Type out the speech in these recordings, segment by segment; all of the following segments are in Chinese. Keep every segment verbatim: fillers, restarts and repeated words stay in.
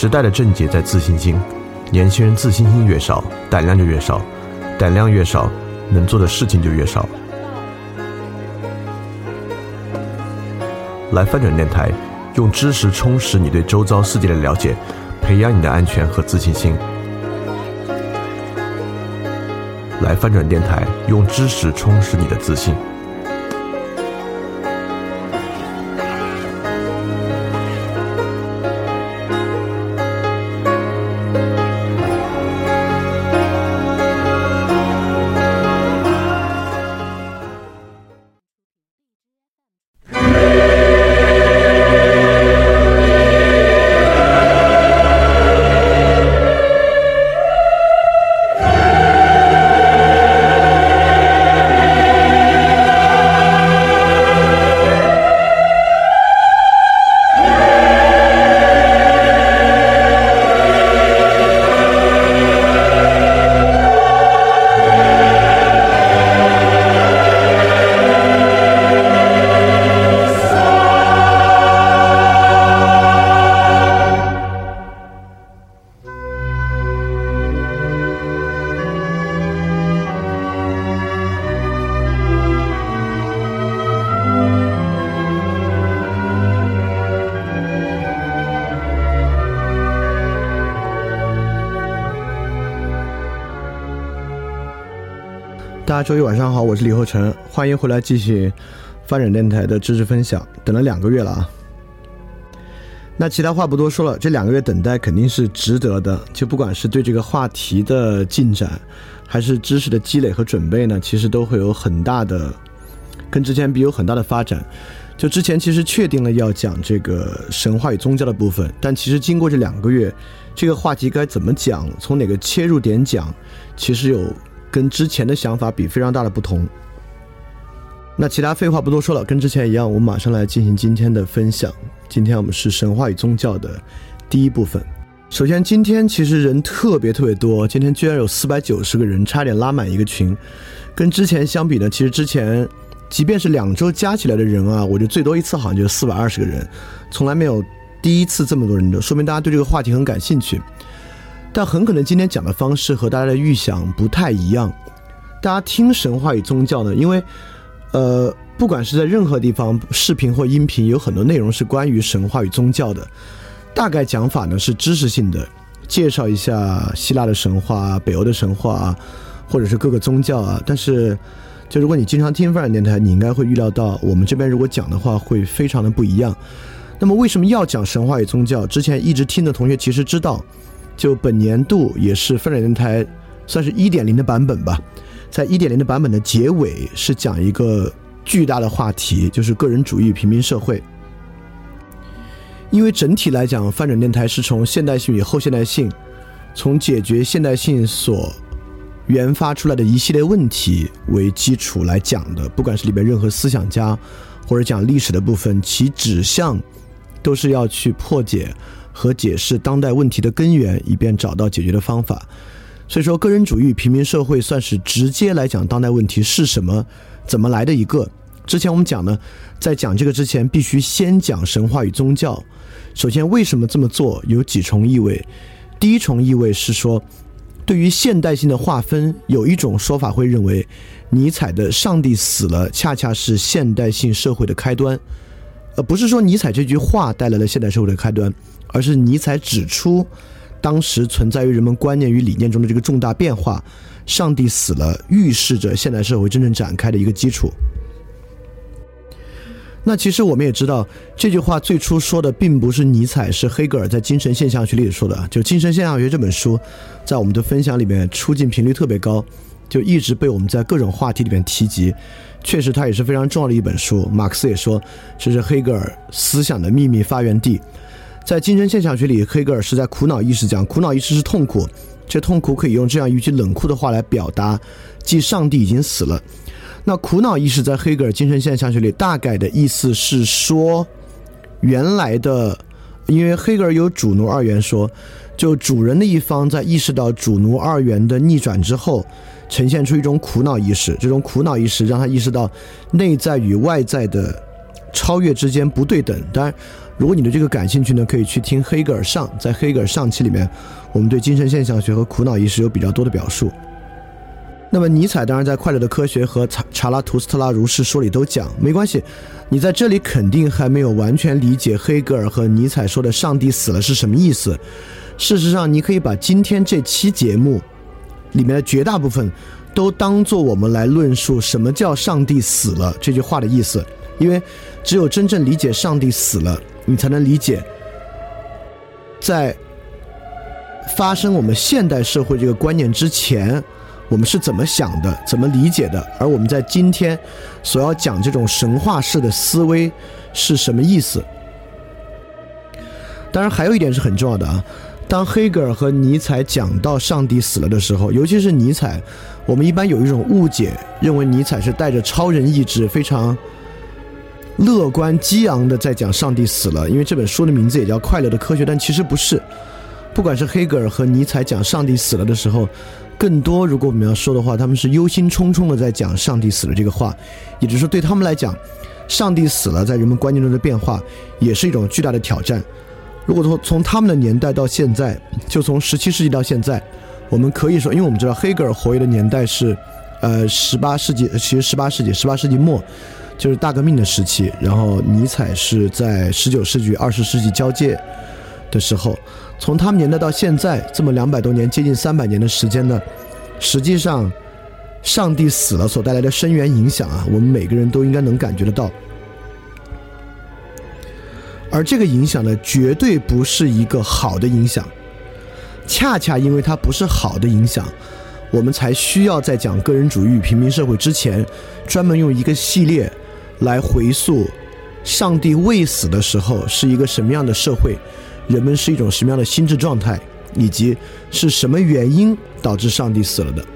时代的症结在自信心，年轻人自信心越少，胆量就越少，胆量越少，能做的事情就越少。来翻转电台，用知识充实你对周遭世界的了解，培养你的安全和自信心。来翻转电台，用知识充实你的自信。 大家周一晚上好，我是李厚成，欢迎回来继续翻转电台的知识分享。等了两个月了啊，那其他话不多说了，这两个月等待肯定是值得的，就不管是对这个话题的进展，还是知识的积累和准备呢，其实都会有很大的，跟之前比有很大的发展。就之前其实确定了要讲这个神话与宗教的部分，但其实经过这两个月，这个话题该怎么讲，从哪个切入点讲，其实有跟之前的想法比非常大的不同。那其他废话不多说了，跟之前一样，我们马上来进行今天的分享。今天我们是神话与宗教的第一部分。首先今天其实人特别特别多，今天居然有四百九十个人，差点拉满一个群。跟之前相比呢，其实之前即便是两周加起来的人啊，我觉得最多一次好像就四百二十个人，从来没有第一次这么多人的，说明大家对这个话题很感兴趣。但很可能今天讲的方式和大家的预想不太一样。大家听神话与宗教呢，因为呃，不管是在任何地方，视频或音频，有很多内容是关于神话与宗教的。大概讲法呢是知识性的，介绍一下希腊的神话、北欧的神话，或者是各个宗教啊。但是就如果你经常听翻转电台，你应该会预料到我们这边如果讲的话会非常的不一样。那么为什么要讲神话与宗教？之前一直听的同学其实知道，就本年度也是翻转电台算是 一点零 的版本吧，在 一点零 的版本的结尾是讲一个巨大的话题，就是个人主义平民社会。因为整体来讲，翻转电台是从现代性与后现代性，从解决现代性所研发出来的一系列问题为基础来讲的，不管是里边任何思想家或者讲历史的部分，其指向都是要去破解和解释当代问题的根源，以便找到解决的方法。所以说个人主义平民社会算是直接来讲当代问题是什么怎么来的一个。之前我们讲呢，在讲这个之前必须先讲神话与宗教。首先为什么这么做有几重意味。第一重意味是说，对于现代性的划分，有一种说法会认为尼采的上帝死了恰恰是现代性社会的开端，而不是说尼采这句话带来了现代社会的开端，而是尼采指出当时存在于人们观念与理念中的这个重大变化，上帝死了预示着现代社会真正展开的一个基础。那其实我们也知道，这句话最初说的并不是尼采，是黑格尔在精神现象学里说的。就精神现象学这本书在我们的分享里面出镜频率特别高，就一直被我们在各种话题里面提及。确实它也是非常重要的一本书，马克思也说这是黑格尔思想的秘密发源地。在精神现象学里，黑格尔是在苦恼意识讲，苦恼意识是痛苦，这痛苦可以用这样一句冷酷的话来表达，即上帝已经死了。那苦恼意识在黑格尔精神现象学里大概的意思是说，原来的，因为黑格尔有主奴二元说，就主人的一方在意识到主奴二元的逆转之后，呈现出一种苦恼意识，这种苦恼意识让他意识到内在与外在的超越之间不对等。当然如果你对这个感兴趣呢，可以去听黑格尔上，在黑格尔上期里面，我们对精神现象学和苦恼意识有比较多的表述。那么尼采当然在《快乐的科学》和查拉图斯特拉如是说里都讲，没关系，你在这里肯定还没有完全理解黑格尔和尼采说的上帝死了是什么意思。事实上，你可以把今天这期节目里面的绝大部分都当作我们来论述什么叫上帝死了这句话的意思，因为只有真正理解上帝死了，你才能理解在发生我们现代社会这个观念之前我们是怎么想的，怎么理解的，而我们在今天所要讲这种神话式的思维是什么意思。当然还有一点是很重要的啊，当黑格尔和尼采讲到上帝死了的时候，尤其是尼采，我们一般有一种误解，认为尼采是带着超人意志非常乐观激昂的在讲上帝死了，因为这本书的名字也叫《快乐的科学》，但其实不是。不管是黑格尔和尼采讲上帝死了的时候，更多如果我们要说的话，他们是忧心忡忡的在讲上帝死了这个话，也就是说对他们来讲，上帝死了在人们观念中的变化也是一种巨大的挑战。如果说从他们的年代到现在，就从十七世纪到现在，我们可以说，因为我们知道黑格尔活跃的年代是呃十八世纪，其实十八世纪十八世纪末就是大革命的时期，然后尼采是在十九世纪二十世纪交界的时候，从他们年代到现在这么两百多年，接近三百年的时间呢，实际上上帝死了所带来的深远影响啊，我们每个人都应该能感觉得到。而这个影响呢，绝对不是一个好的影响，恰恰因为它不是好的影响，我们才需要在讲个人主义与平民社会之前，专门用一个系列来回溯上帝未死的时候是一个什么样的社会，人们是一种什么样的心智状态，以及是什么原因导致上帝死了的。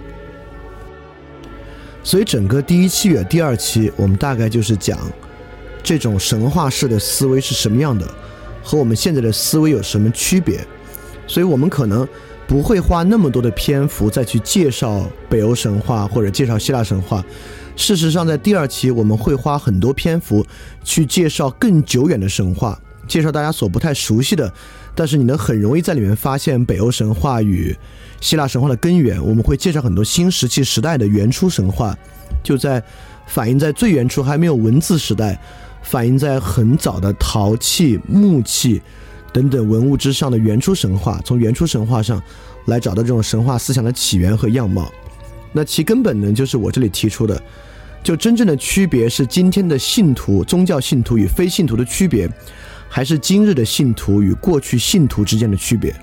所以整个第一期与第二期我们大概就是讲这种神话式的思维是什么样的，和我们现在的思维有什么区别。所以我们可能不会花那么多的篇幅再去介绍北欧神话或者介绍希腊神话，事实上在第二期我们会花很多篇幅去介绍更久远的神话，介绍大家所不太熟悉的，但是你能很容易在里面发现北欧神话与希腊神话的根源。我们会介绍很多新石器时代的原初神话，就在反映在最原初还没有文字时代，反映在很早的陶器、木器等等文物之上的原初神话，从原初神话上来找到这种神话思想的起源和样貌。那其根本呢，就是我这里提出的，就真正的区别是今天的信徒、宗教信徒与非信徒的区别，还是今日的信徒与过去信徒之间的区别。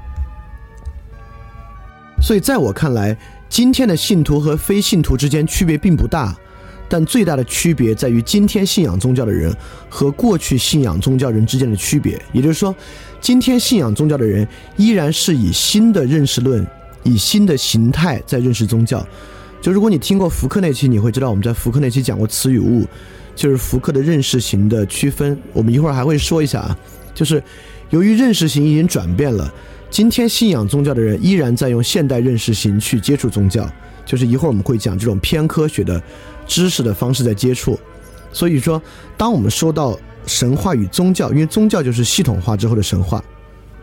所以在我看来，今天的信徒和非信徒之间区别并不大，但最大的区别在于今天信仰宗教的人和过去信仰宗教人之间的区别。也就是说，今天信仰宗教的人依然是以新的认识论、以新的形态在认识宗教。就如果你听过福克那期，你会知道我们在福克那期讲过词与物，就是福克的认识型的区分，我们一会儿还会说一下啊。就是由于认识型已经转变了，今天信仰宗教的人依然在用现代认识型去接触宗教，就是一会儿我们会讲这种偏科学的知识的方式在接触。所以说当我们说到神话与宗教，因为宗教就是系统化之后的神话，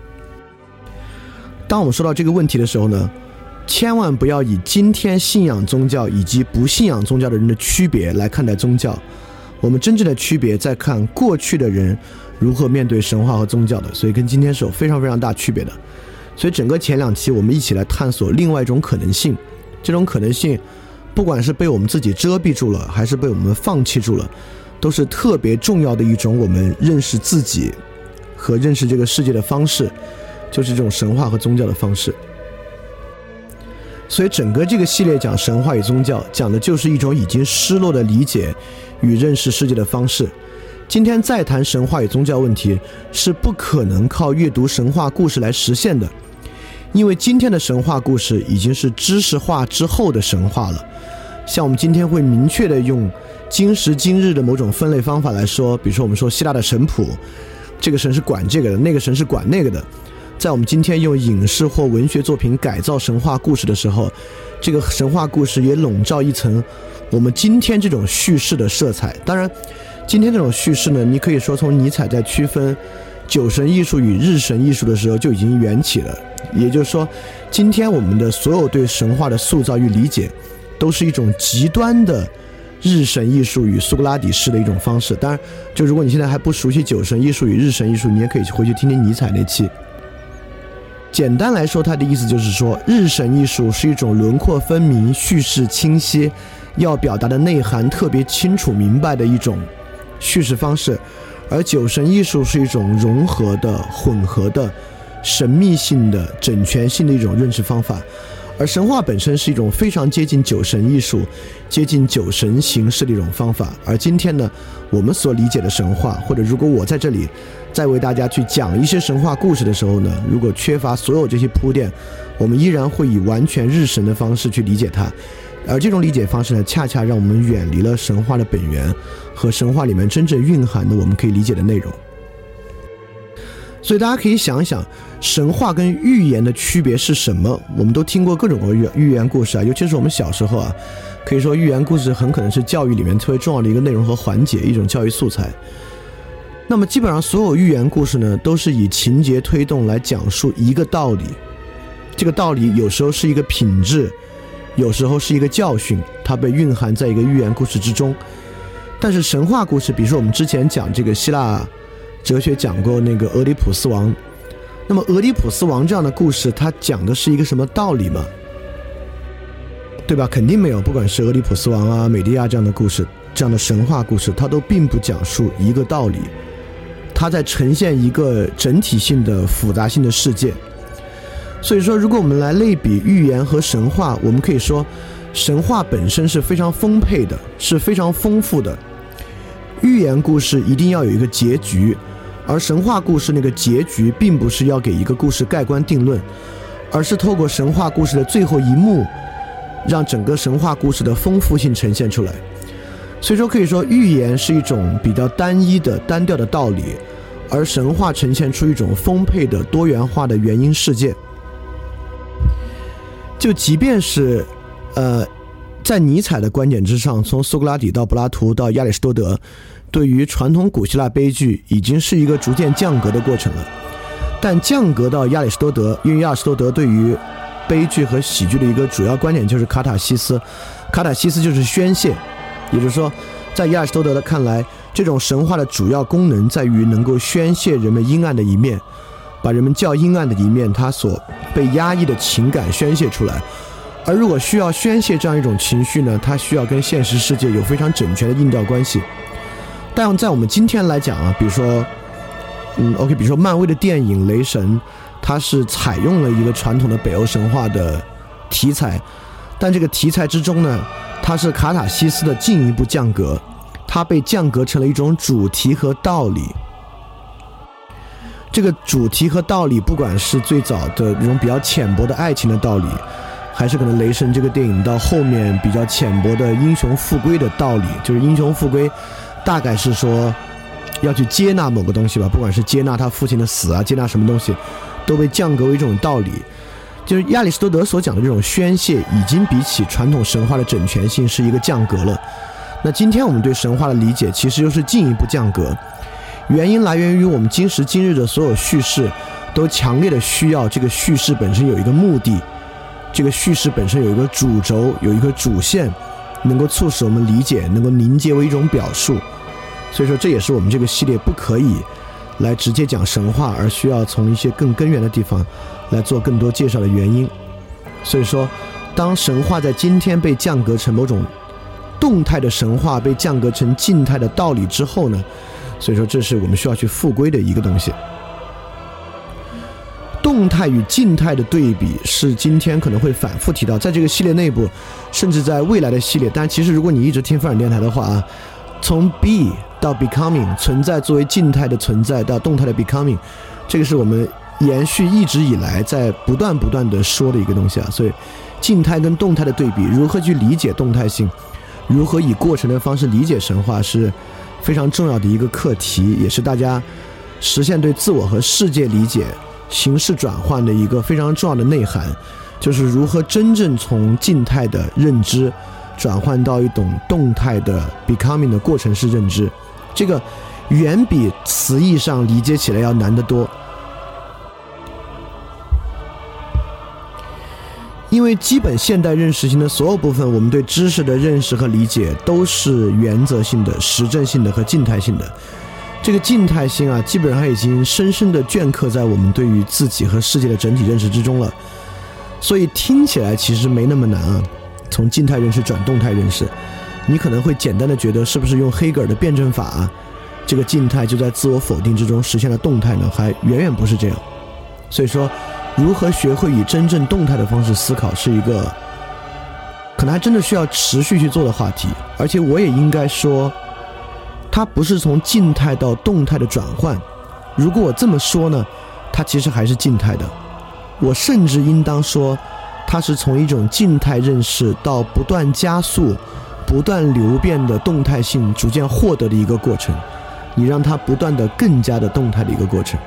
当我们说到这个问题的时候呢，千万不要以今天信仰宗教以及不信仰宗教的人的区别来看待宗教，我们真正的区别在看过去的人如何面对神话和宗教的，所以跟今天是有非常非常大区别的。所以整个前两期我们一起来探索另外一种可能性，这种可能性不管是被我们自己遮蔽住了还是被我们放弃住了，都是特别重要的一种我们认识自己和认识这个世界的方式，就是这种神话和宗教的方式。所以整个这个系列讲神话与宗教，讲的就是一种已经失落的理解与认识世界的方式。今天再谈神话与宗教问题是不可能靠阅读神话故事来实现的，因为今天的神话故事已经是知识化之后的神话了。像我们今天会明确的用今时今日的某种分类方法来说，比如说我们说希腊的神谱，这个神是管这个的，那个神是管那个的。在我们今天用影视或文学作品改造神话故事的时候，这个神话故事也笼罩一层我们今天这种叙事的色彩。当然今天这种叙事呢，你可以说从尼采在区分酒神艺术与日神艺术的时候就已经缘起了。也就是说，今天我们的所有对神话的塑造与理解，都是一种极端的日神艺术与苏格拉底式的一种方式。当然，就如果你现在还不熟悉酒神艺术与日神艺术，你也可以回去听听尼采那期。简单来说，他的意思就是说，日神艺术是一种轮廓分明、叙事清晰，要表达的内涵特别清楚明白的一种叙事方式，而酒神艺术是一种融合的、混合的、神秘性的、整全性的一种认识方法。而神话本身是一种非常接近酒神艺术、接近酒神形式的一种方法。而今天呢，我们所理解的神话，或者如果我在这里再为大家去讲一些神话故事的时候呢，如果缺乏所有这些铺垫，我们依然会以完全日神的方式去理解它。而这种理解方式呢，恰恰让我们远离了神话的本源和神话里面真正蕴含的我们可以理解的内容。所以大家可以想一想，神话跟寓言的区别是什么？我们都听过各种各样的寓言故事啊，尤其是我们小时候啊，可以说寓言故事很可能是教育里面特别重要的一个内容和环节，一种教育素材。那么基本上所有寓言故事呢，都是以情节推动来讲述一个道理，这个道理有时候是一个品质，有时候是一个教训，它被蕴含在一个寓言故事之中。但是神话故事，比如说我们之前讲这个希腊哲学讲过那个俄狄浦斯王，那么俄狄浦斯王这样的故事，它讲的是一个什么道理吗？对吧？肯定没有。不管是俄狄浦斯王啊、美狄亚这样的故事，这样的神话故事，它都并不讲述一个道理，它在呈现一个整体性的复杂性的世界。所以说，如果我们来类比寓言和神话，我们可以说神话本身是非常丰沛的，是非常丰富的。寓言故事一定要有一个结局，而神话故事那个结局并不是要给一个故事盖棺定论，而是透过神话故事的最后一幕，让整个神话故事的丰富性呈现出来。所以说可以说寓言是一种比较单一的单调的道理，而神话呈现出一种丰沛的多元化的原因世界。就即便是呃在尼采的观点之上，从苏格拉底到柏拉图到亚里士多德，对于传统古希腊悲剧已经是一个逐渐降格的过程了。但降格到亚里士多德，因为亚里士多德对于悲剧和喜剧的一个主要观点就是卡塔西斯，卡塔西斯就是宣泄，也就是说在亚里士多德的看来，这种神话的主要功能在于能够宣泄人们阴暗的一面，把人们较阴暗的一面他所被压抑的情感宣泄出来。而如果需要宣泄这样一种情绪呢，它需要跟现实世界有非常整全的映照关系。但在我们今天来讲啊，比如说嗯 OK 比如说漫威的电影雷神，它是采用了一个传统的北欧神话的题材，但这个题材之中呢，它是卡塔西斯的进一步降格，它被降格成了一种主题和道理。这个主题和道理，不管是最早的那种比较浅薄的爱情的道理，还是可能雷神这个电影到后面比较浅薄的英雄复归的道理，就是英雄复归大概是说要去接纳某个东西吧，不管是接纳他父亲的死啊，接纳什么东西，都被降格为一种道理。就是亚里士多德所讲的这种宣泄，已经比起传统神话的整全性是一个降格了。那今天我们对神话的理解其实又是进一步降格，原因来源于我们今时今日的所有叙事都强烈的需要这个叙事本身有一个目的，这个叙事本身有一个主轴，有一个主线，能够促使我们理解，能够凝结为一种表述。所以说这也是我们这个系列不可以来直接讲神话，而需要从一些更根源的地方来做更多介绍的原因。所以说当神话在今天被降格成某种动态的神话，被降格成静态的道理之后呢，所以说这是我们需要去复归的一个东西。动态与静态的对比是今天可能会反复提到，在这个系列内部，甚至在未来的系列。但其实如果你一直听翻转电台的话啊，从 be 到 becoming， 存在作为静态的存在到动态的 becoming， 这个是我们延续一直以来在不断不断的说的一个东西啊。所以静态跟动态的对比，如何去理解动态性，如何以过程的方式理解神话，是非常重要的一个课题，也是大家实现对自我和世界理解形式转换的一个非常重要的内涵，就是如何真正从静态的认知转换到一种动态的 becoming 的过程式认知， 这个远比词义上理解起来要难得多。因为基本现代认识型的所有部分，我们对知识的认识和理解都是原则性的、实证性的和静态性的。这个静态性啊，基本上已经深深地镌刻在我们对于自己和世界的整体认识之中了。所以听起来其实没那么难啊，从静态认识转动态认识，你可能会简单的觉得是不是用黑格尔的辩证法啊，这个静态就在自我否定之中实现了动态呢？还远远不是这样。所以说如何学会以真正动态的方式思考，是一个可能还真的需要持续去做的话题。而且我也应该说，它不是从静态到动态的转换。如果我这么说呢，它其实还是静态的。我甚至应当说，它是从一种静态认识到不断加速、不断流变的动态性逐渐获得的一个过程。你让它不断的更加的动态的一个过程。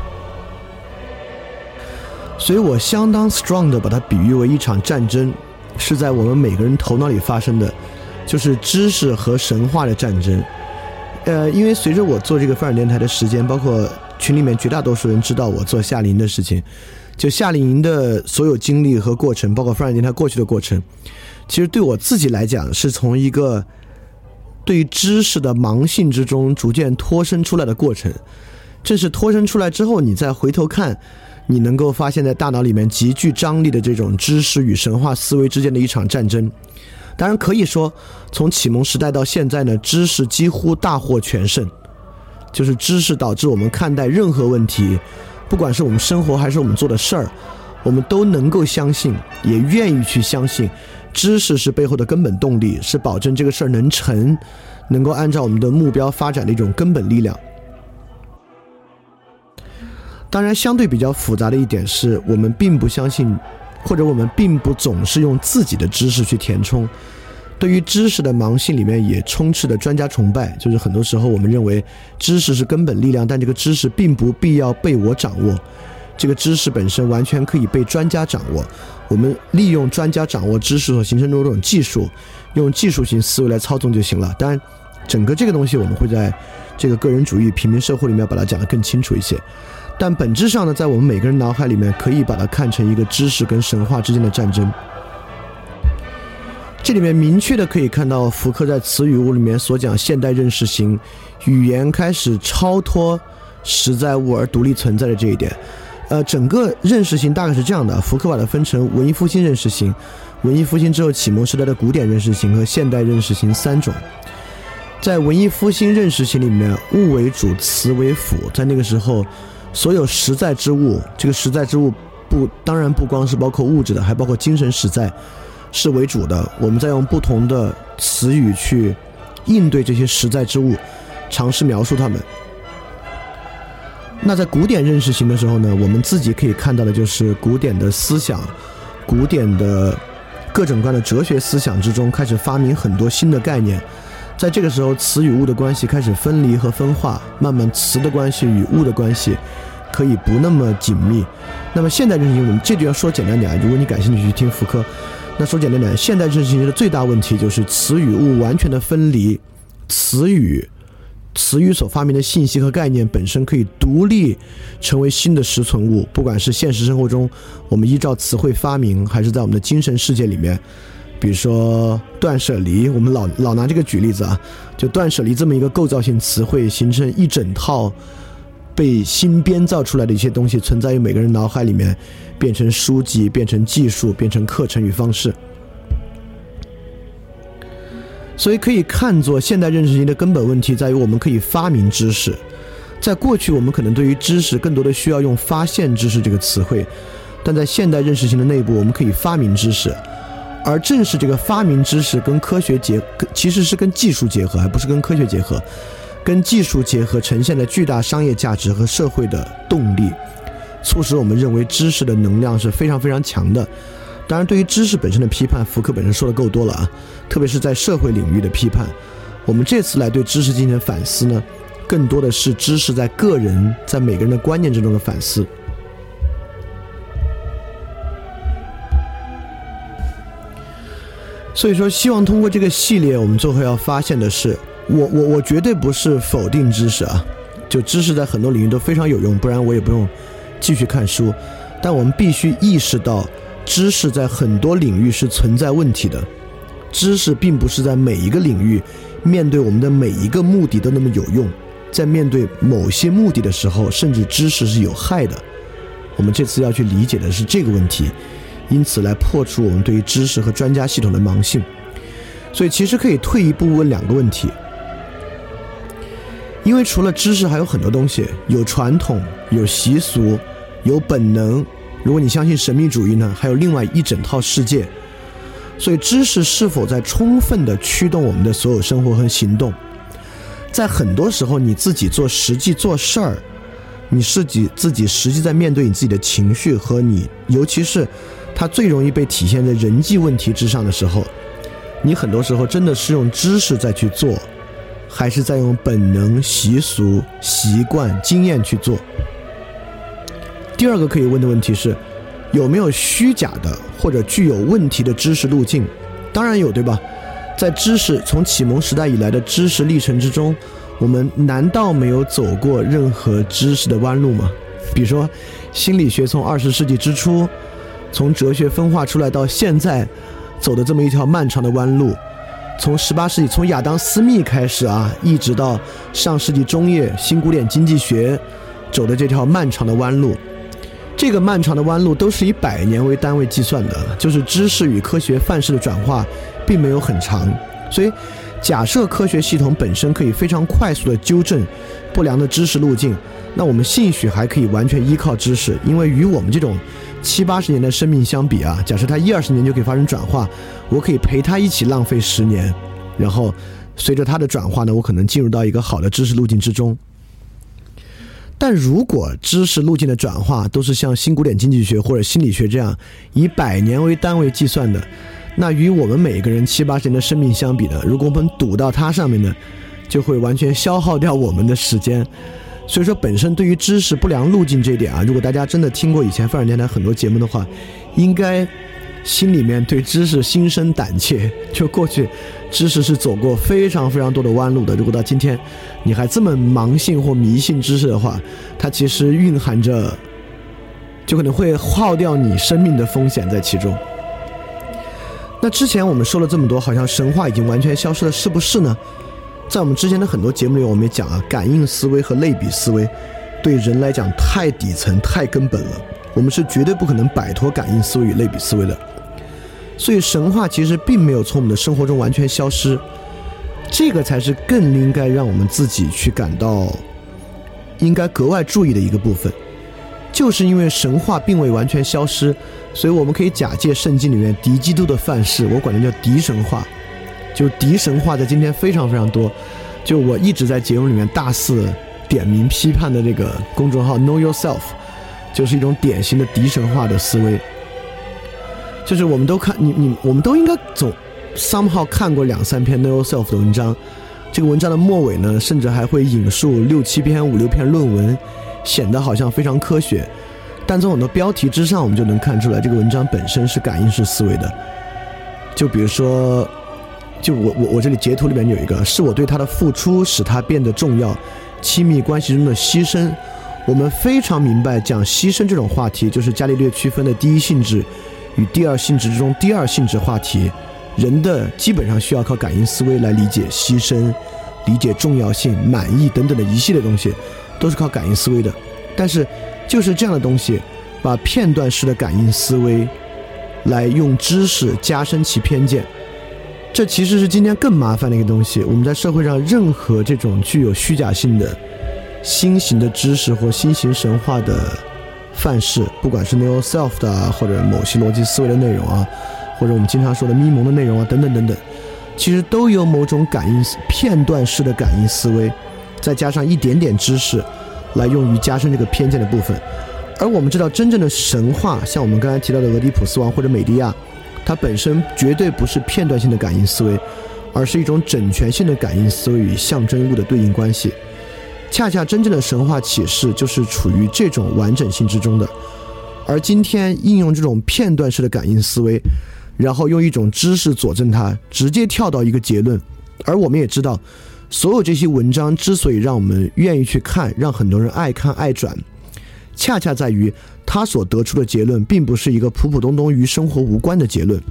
所以我相当 strong 的把它比喻为一场战争，是在我们每个人头脑里发生的，就是知识和神话的战争。呃，因为随着我做这个范尔电台的时间，包括群里面绝大多数人知道我做夏令营的事情，就夏令营的所有经历和过程，包括范尔电台过去的过程，其实对我自己来讲是从一个对于知识的盲性之中逐渐脱身出来的过程。正是脱身出来之后，你再回头看，你能够发现在大脑里面极具张力的这种知识与神话思维之间的一场战争。当然可以说，从启蒙时代到现在呢，知识几乎大获全胜，就是知识导致我们看待任何问题，不管是我们生活还是我们做的事儿，我们都能够相信，也愿意去相信，知识是背后的根本动力，是保证这个事儿能成，能够按照我们的目标发展的一种根本力量。当然相对比较复杂的一点是，我们并不相信，或者我们并不总是用自己的知识去填充。对于知识的盲性里面也充斥着专家崇拜，就是很多时候我们认为知识是根本力量，但这个知识并不必要被我掌握，这个知识本身完全可以被专家掌握，我们利用专家掌握知识所形成的这种技术，用技术型思维来操纵就行了。当然整个这个东西我们会在这个个人主义平民社会里面把它讲得更清楚一些，但本质上呢，在我们每个人脑海里面可以把它看成一个知识跟神话之间的战争。这里面明确的可以看到福柯在词语物里面所讲现代认识型语言开始超脱实在物而独立存在的这一点。呃，整个认识型大概是这样的，福柯把它分成文艺复兴认识型、文艺复兴之后启蒙时代的古典认识型和现代认识型三种。在文艺复兴认识型里面，物为主，词为辅，在那个时候所有实在之物，这个实在之物不当然不光是包括物质的，还包括精神实在是为主的，我们再用不同的词语去应对这些实在之物，尝试描述它们。那在古典认识型的时候呢，我们自己可以看到的就是古典的思想，古典的各种各样的哲学思想之中开始发明很多新的概念。在这个时候，词与物的关系开始分离和分化，慢慢词的关系与物的关系可以不那么紧密。那么现代认识型，我们这就要说简单点，如果你感兴趣去听福柯，那说简单点，现代认识型的最大问题就是词与物完全的分离，词语词语所发明的信息和概念本身可以独立成为新的实存物，不管是现实生活中我们依照词汇发明，还是在我们的精神世界里面，比如说断舍离，我们老老拿这个举例子啊，就断舍离这么一个构造性词汇形成一整套被新编造出来的一些东西存在于每个人脑海里面，变成书籍，变成技术，变成课程与方式。所以可以看作现代认识型的根本问题在于我们可以发明知识。在过去我们可能对于知识更多的需要用发现知识这个词汇，但在现代认识型的内部我们可以发明知识，而正是这个发明知识跟科学结其实是跟技术结合，还不是跟科学结合，跟技术结合呈现的巨大商业价值和社会的动力，促使我们认为知识的能量是非常非常强的。当然对于知识本身的批判，福柯本身说的够多了啊，特别是在社会领域的批判。我们这次来对知识进行反思呢，更多的是知识在个人在每个人的观念之中的反思。所以说希望通过这个系列，我们最后要发现的是， 我我我绝对不是否定知识啊，就知识在很多领域都非常有用，不然我也不用继续看书。但我们必须意识到，知识在很多领域是存在问题的。知识并不是在每一个领域面对我们的每一个目的都那么有用，在面对某些目的的时候，甚至知识是有害的。我们这次要去理解的是这个问题，因此来破除我们对于知识和专家系统的盲信。所以其实可以退一步问两个问题，因为除了知识还有很多东西，有传统，有习俗，有本能，如果你相信神秘主义呢，还有另外一整套世界。所以知识是否在充分地驱动我们的所有生活和行动，在很多时候你自己做实际做事儿，你自己自己实际在面对你自己的情绪和你，尤其是它最容易被体现在人际问题之上的时候，你很多时候真的是用知识在去做，还是在用本能、习俗、习惯、经验去做。第二个可以问的问题是，有没有虚假的或者具有问题的知识路径？当然有，对吧？在知识从启蒙时代以来的知识历程之中，我们难道没有走过任何知识的弯路吗？比如说心理学从二十世纪之初，从哲学分化出来到现在走的这么一条漫长的弯路，从十八世纪从亚当斯密开始啊，一直到上世纪中叶新古典经济学走的这条漫长的弯路，这个漫长的弯路都是以百年为单位计算的，就是知识与科学范式的转化并没有很长。所以假设科学系统本身可以非常快速的纠正不良的知识路径，那我们兴许还可以完全依靠知识，因为与我们这种七八十年的生命相比啊，假设它一二十年就可以发生转化，我可以陪它一起浪费十年，然后随着它的转化呢，我可能进入到一个好的知识路径之中。但如果知识路径的转化都是像新古典经济学或者心理学这样以百年为单位计算的，那与我们每个人七八十年的生命相比呢，如果我们赌到它上面呢，就会完全消耗掉我们的时间。所以说本身对于知识不良路径这一点啊，如果大家真的听过以前范儿电台很多节目的话，应该心里面对知识心生胆怯，就过去知识是走过非常非常多的弯路的，如果到今天你还这么盲信或迷信知识的话，它其实蕴含着就可能会耗掉你生命的风险在其中。那之前我们说了这么多，好像神话已经完全消失了，是不是呢？在我们之前的很多节目里我们也讲啊，感应思维和类比思维对人来讲太底层太根本了，我们是绝对不可能摆脱感应思维与类比思维的。所以神话其实并没有从我们的生活中完全消失，这个才是更应该让我们自己去感到应该格外注意的一个部分。就是因为神话并未完全消失，所以我们可以假借圣经里面敌基督的范式，我管它叫敌神话。就敌神话在今天非常非常多，就我一直在节目里面大肆点名批判的这个公众号 Know Yourself， 就是一种典型的敌神话的思维。就是我们都看你你我们都应该总 somehow 看过两三篇 Know Yourself 的文章，这个文章的末尾呢，甚至还会引述六七篇五六篇论文，显得好像非常科学，但从很多标题之上我们就能看出来这个文章本身是感应式思维的。就比如说就我我我这里截图里面有一个，是我对他的付出使他变得重要，亲密关系中的牺牲。我们非常明白讲牺牲这种话题就是伽利略区分的第一性质与第二性质之中第二性质话题，人的基本上需要靠感应思维来理解牺牲、理解重要性、满意等等的一系列东西，都是靠感应思维的。但是就是这样的东西，把片段式的感应思维来用知识加深其偏见，这其实是今天更麻烦的一个东西。我们在社会上任何这种具有虚假性的新型的知识或新型神话的范式，不管是 Know Yourself 的啊，或者某些逻辑思维的内容啊，或者我们经常说的咪蒙的内容啊，等等等等，其实都有某种感应片段式的感应思维，再加上一点点知识来用于加深这个偏见的部分。而我们知道真正的神话，像我们刚才提到的俄狄浦斯王或者美狄亚，它本身绝对不是片段性的感应思维，而是一种整全性的感应思维与象征物的对应关系。恰恰真正的神话启示就是处于这种完整性之中的。而今天应用这种片段式的感应思维，然后用一种知识佐证它，直接跳到一个结论。而我们也知道， 所有这些文章之所以让我们愿意去看，让很多人爱看爱转，恰恰在于他所得出的结论并不是一个普普通通与生活无关的结论，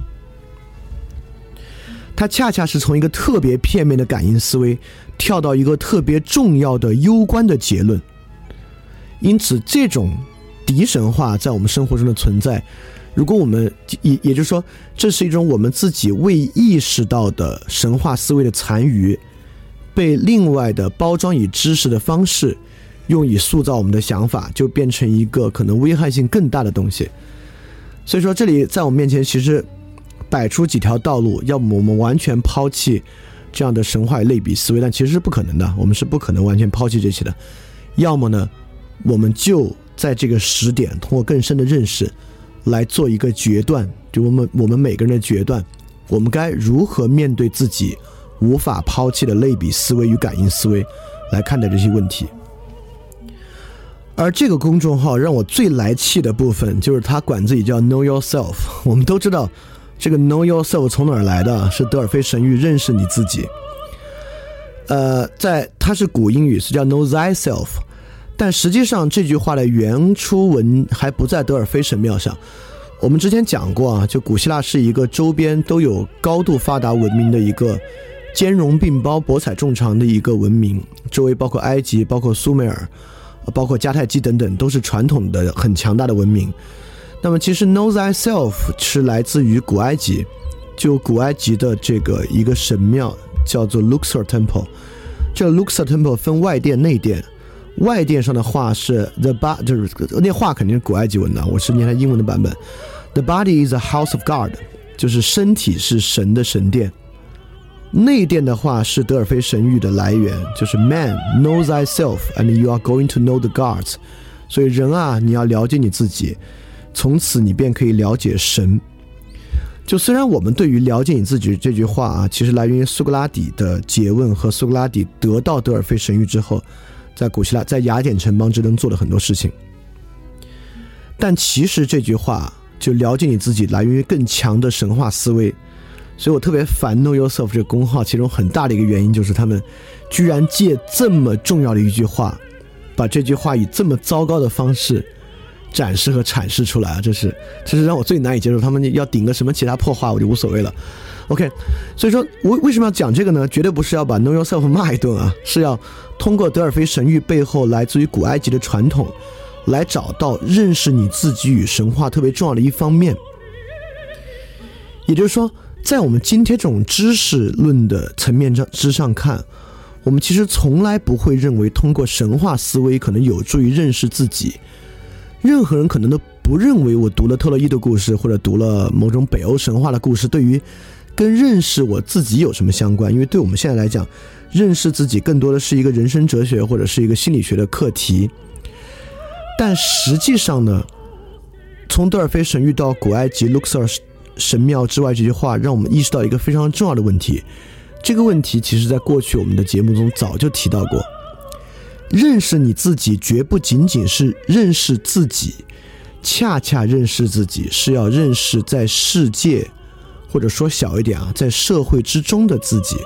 他恰恰是从一个特别片面的感应思维跳到一个特别重要的攸关的结论。因此这种敌神话在我们生活中的存在，如果我们 也, 也就是说这是一种我们自己未意识到的神话思维的残余，被另外的包装以知识的方式用以塑造我们的想法，就变成一个可能危害性更大的东西。所以说这里在我们面前其实摆出几条道路，要么我们完全抛弃这样的神话类比思维，但其实是不可能的，我们是不可能完全抛弃这些的。要么呢我们就在这个时点通过更深的认识来做一个决断，就我们我们每个人的决断，我们该如何面对自己无法抛弃的类比思维与感应思维来看待这些问题。而这个公众号让我最来气的部分就是他管自己叫 Know Yourself。 我们都知道这个 Know Yourself 从哪儿来的，是德尔菲神谕认识你自己。呃，在它是古英语，是叫 Know Thyself，但实际上这句话的原初文还不在德尔菲神庙上。我们之前讲过啊，就古希腊是一个周边都有高度发达文明的一个兼容并包博采众长的一个文明，周围包括埃及，包括苏美尔，包括迦太基等等，都是传统的很强大的文明。那么其实 Know Thyself 是来自于古埃及，就古埃及的这个一个神庙叫做 Luxor Temple。 这个 Luxor Temple 分外殿内殿，外殿上的话是 the body， 就是那话肯定是古埃及文的，我是念它英文的版本。 The body is a house of God， 就是身体是神的神殿。内殿的话是德尔菲神谕的来源，就是 Man know thyself and you are going to know the gods。 所以人啊，你要了解你自己，从此你便可以了解神。就虽然我们对于了解你自己这句话啊，其实来源于苏格拉底的诘问和苏格拉底得到德尔菲神谕之后在古希腊在雅典城邦之中做了很多事情，但其实这句话就了解你自己来源于更强的神话思维。所以我特别烦 Know Yourself 这个公号，其中很大的一个原因就是他们居然借这么重要的一句话，把这句话以这么糟糕的方式展示和阐释出来啊，这是这是让我最难以接受。他们要顶个什么其他破话我就无所谓了。 OK， 所以说我为什么要讲这个呢？绝对不是要把 Know Yourself 骂一顿啊，是要通过德尔菲神谕背后来自于古埃及的传统来找到认识你自己与神话特别重要的一方面。也就是说在我们今天这种知识论的层面之上看，我们其实从来不会认为通过神话思维可能有助于认识自己。任何人可能都不认为我读了特洛伊的故事或者读了某种北欧神话的故事对于跟认识我自己有什么相关，因为对我们现在来讲，认识自己更多的是一个人生哲学或者是一个心理学的课题。但实际上呢，从德尔菲神谕到古埃及 Luxor 神庙之外，这句话让我们意识到一个非常重要的问题。这个问题其实在过去我们的节目中早就提到过，认识你自己绝不仅仅是认识自己，恰恰认识自己是要认识在世界，或者说小一点啊，在社会之中的自己。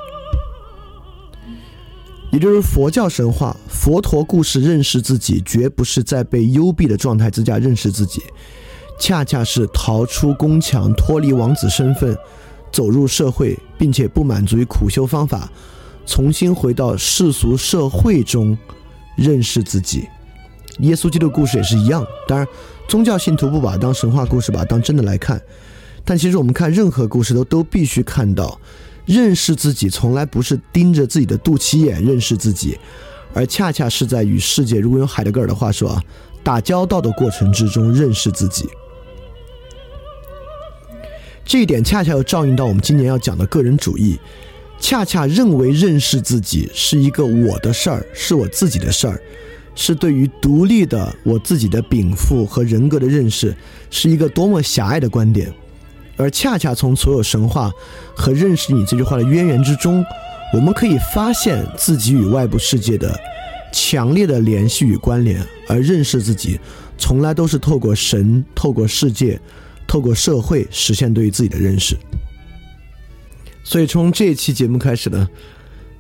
也就是佛教神话佛陀故事认识自己，绝不是在被幽闭的状态之下认识自己，恰恰是逃出宫墙，脱离王子身份，走入社会，并且不满足于苦修方法，重新回到世俗社会中认识自己。耶稣基督故事也是一样，当然宗教信徒不把它当神话故事，把它当真的来看，但其实我们看任何故事都都必须看到，认识自己从来不是盯着自己的肚脐眼认识自己，而恰恰是在与世界，如果用海德格尔的话说啊，打交道的过程之中认识自己。这一点恰恰又照应到我们今年要讲的个人主义，恰恰认为认识自己是一个我的事儿，是我自己的事儿，是对于独立的我自己的禀赋和人格的认识，是一个多么狭隘的观点。而恰恰从所有神话和认识你这句话的渊源之中，我们可以发现自己与外部世界的强烈的联系与关联，而认识自己从来都是透过神，透过世界，透过社会实现对于自己的认识。所以从这一期节目开始呢，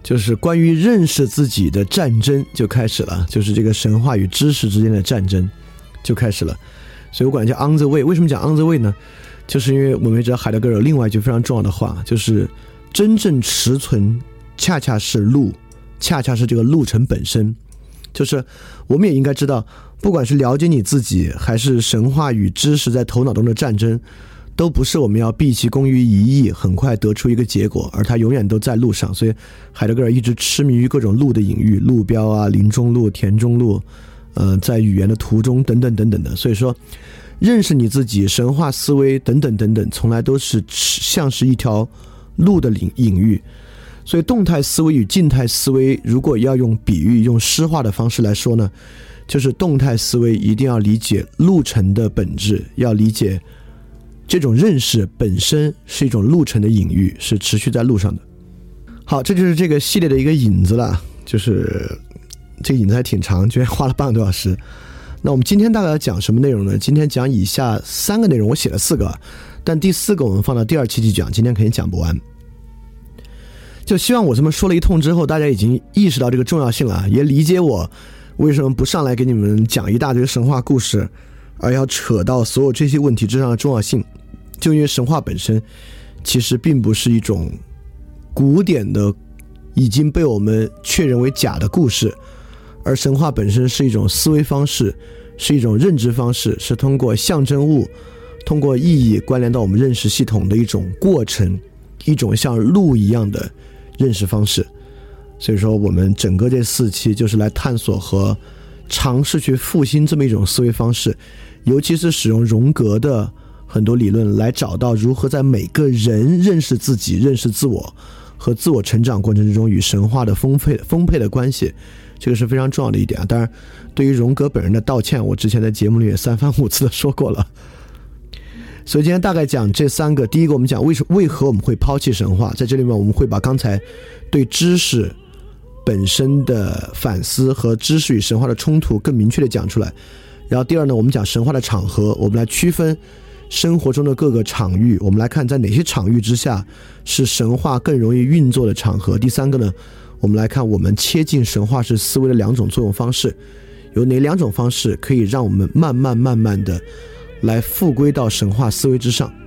就是关于认识自己的战争就开始了，就是这个神话与知识之间的战争就开始了。所以我管它叫 on the way。 为什么讲 on the way 呢？就是因为我们知道海德格尔有另外一句非常重要的话，就是真正持存恰恰是路，恰恰是这个路程本身。就是我们也应该知道，不管是了解你自己还是神话与知识在头脑中的战争，都不是我们要毕其功于一役很快得出一个结果，而它永远都在路上。所以海德格尔一直痴迷于各种路的隐喻，路标啊、林中路、田中路，呃，在语言的途中等等等等的。所以说认识你自己、神话思维等等等等，从来都是像是一条路的隐喻。所以动态思维与静态思维，如果要用比喻、用诗化的方式来说呢，就是动态思维一定要理解路程的本质，要理解这种认识本身是一种路程的隐喻，是持续在路上的。好，这就是这个系列的一个引子了，就是这个引子还挺长，居然花了半个多小时。那我们今天大概要讲什么内容呢？今天讲以下三个内容，我写了四个，但第四个我们放到第二期去讲，今天肯定讲不完。就希望我这么说了一通之后，大家已经意识到这个重要性了，也理解我为什么不上来给你们讲一大堆神话故事，而要扯到所有这些问题之上的重要性。就因为神话本身其实并不是一种古典的已经被我们确认为假的故事，而神话本身是一种思维方式，是一种认知方式，是通过象征物、通过意义关联到我们认识系统的一种过程，一种像路一样的认识方式。所以说我们整个这四期就是来探索和尝试去复兴这么一种思维方式，尤其是使用荣格的很多理论来找到如何在每个人认识自己、认识自我和自我成长过程之中与神话的丰沛丰沛的关系，这个是非常重要的一点啊。当然对于荣格本人的道歉，我之前在节目里也三番五次的说过了。所以今天大概讲这三个。第一个我们讲为什为何我们会抛弃神话，在这里面我们会把刚才对知识本身的反思和知识与神话的冲突更明确的讲出来。然后第二呢，我们讲神话的场合，我们来区分生活中的各个场域，我们来看在哪些场域之下是神话更容易运作的场合。第三个呢，我们来看我们切近神话式思维的两种作用方式，有哪两种方式可以让我们慢慢慢慢的来复归到神话思维之上。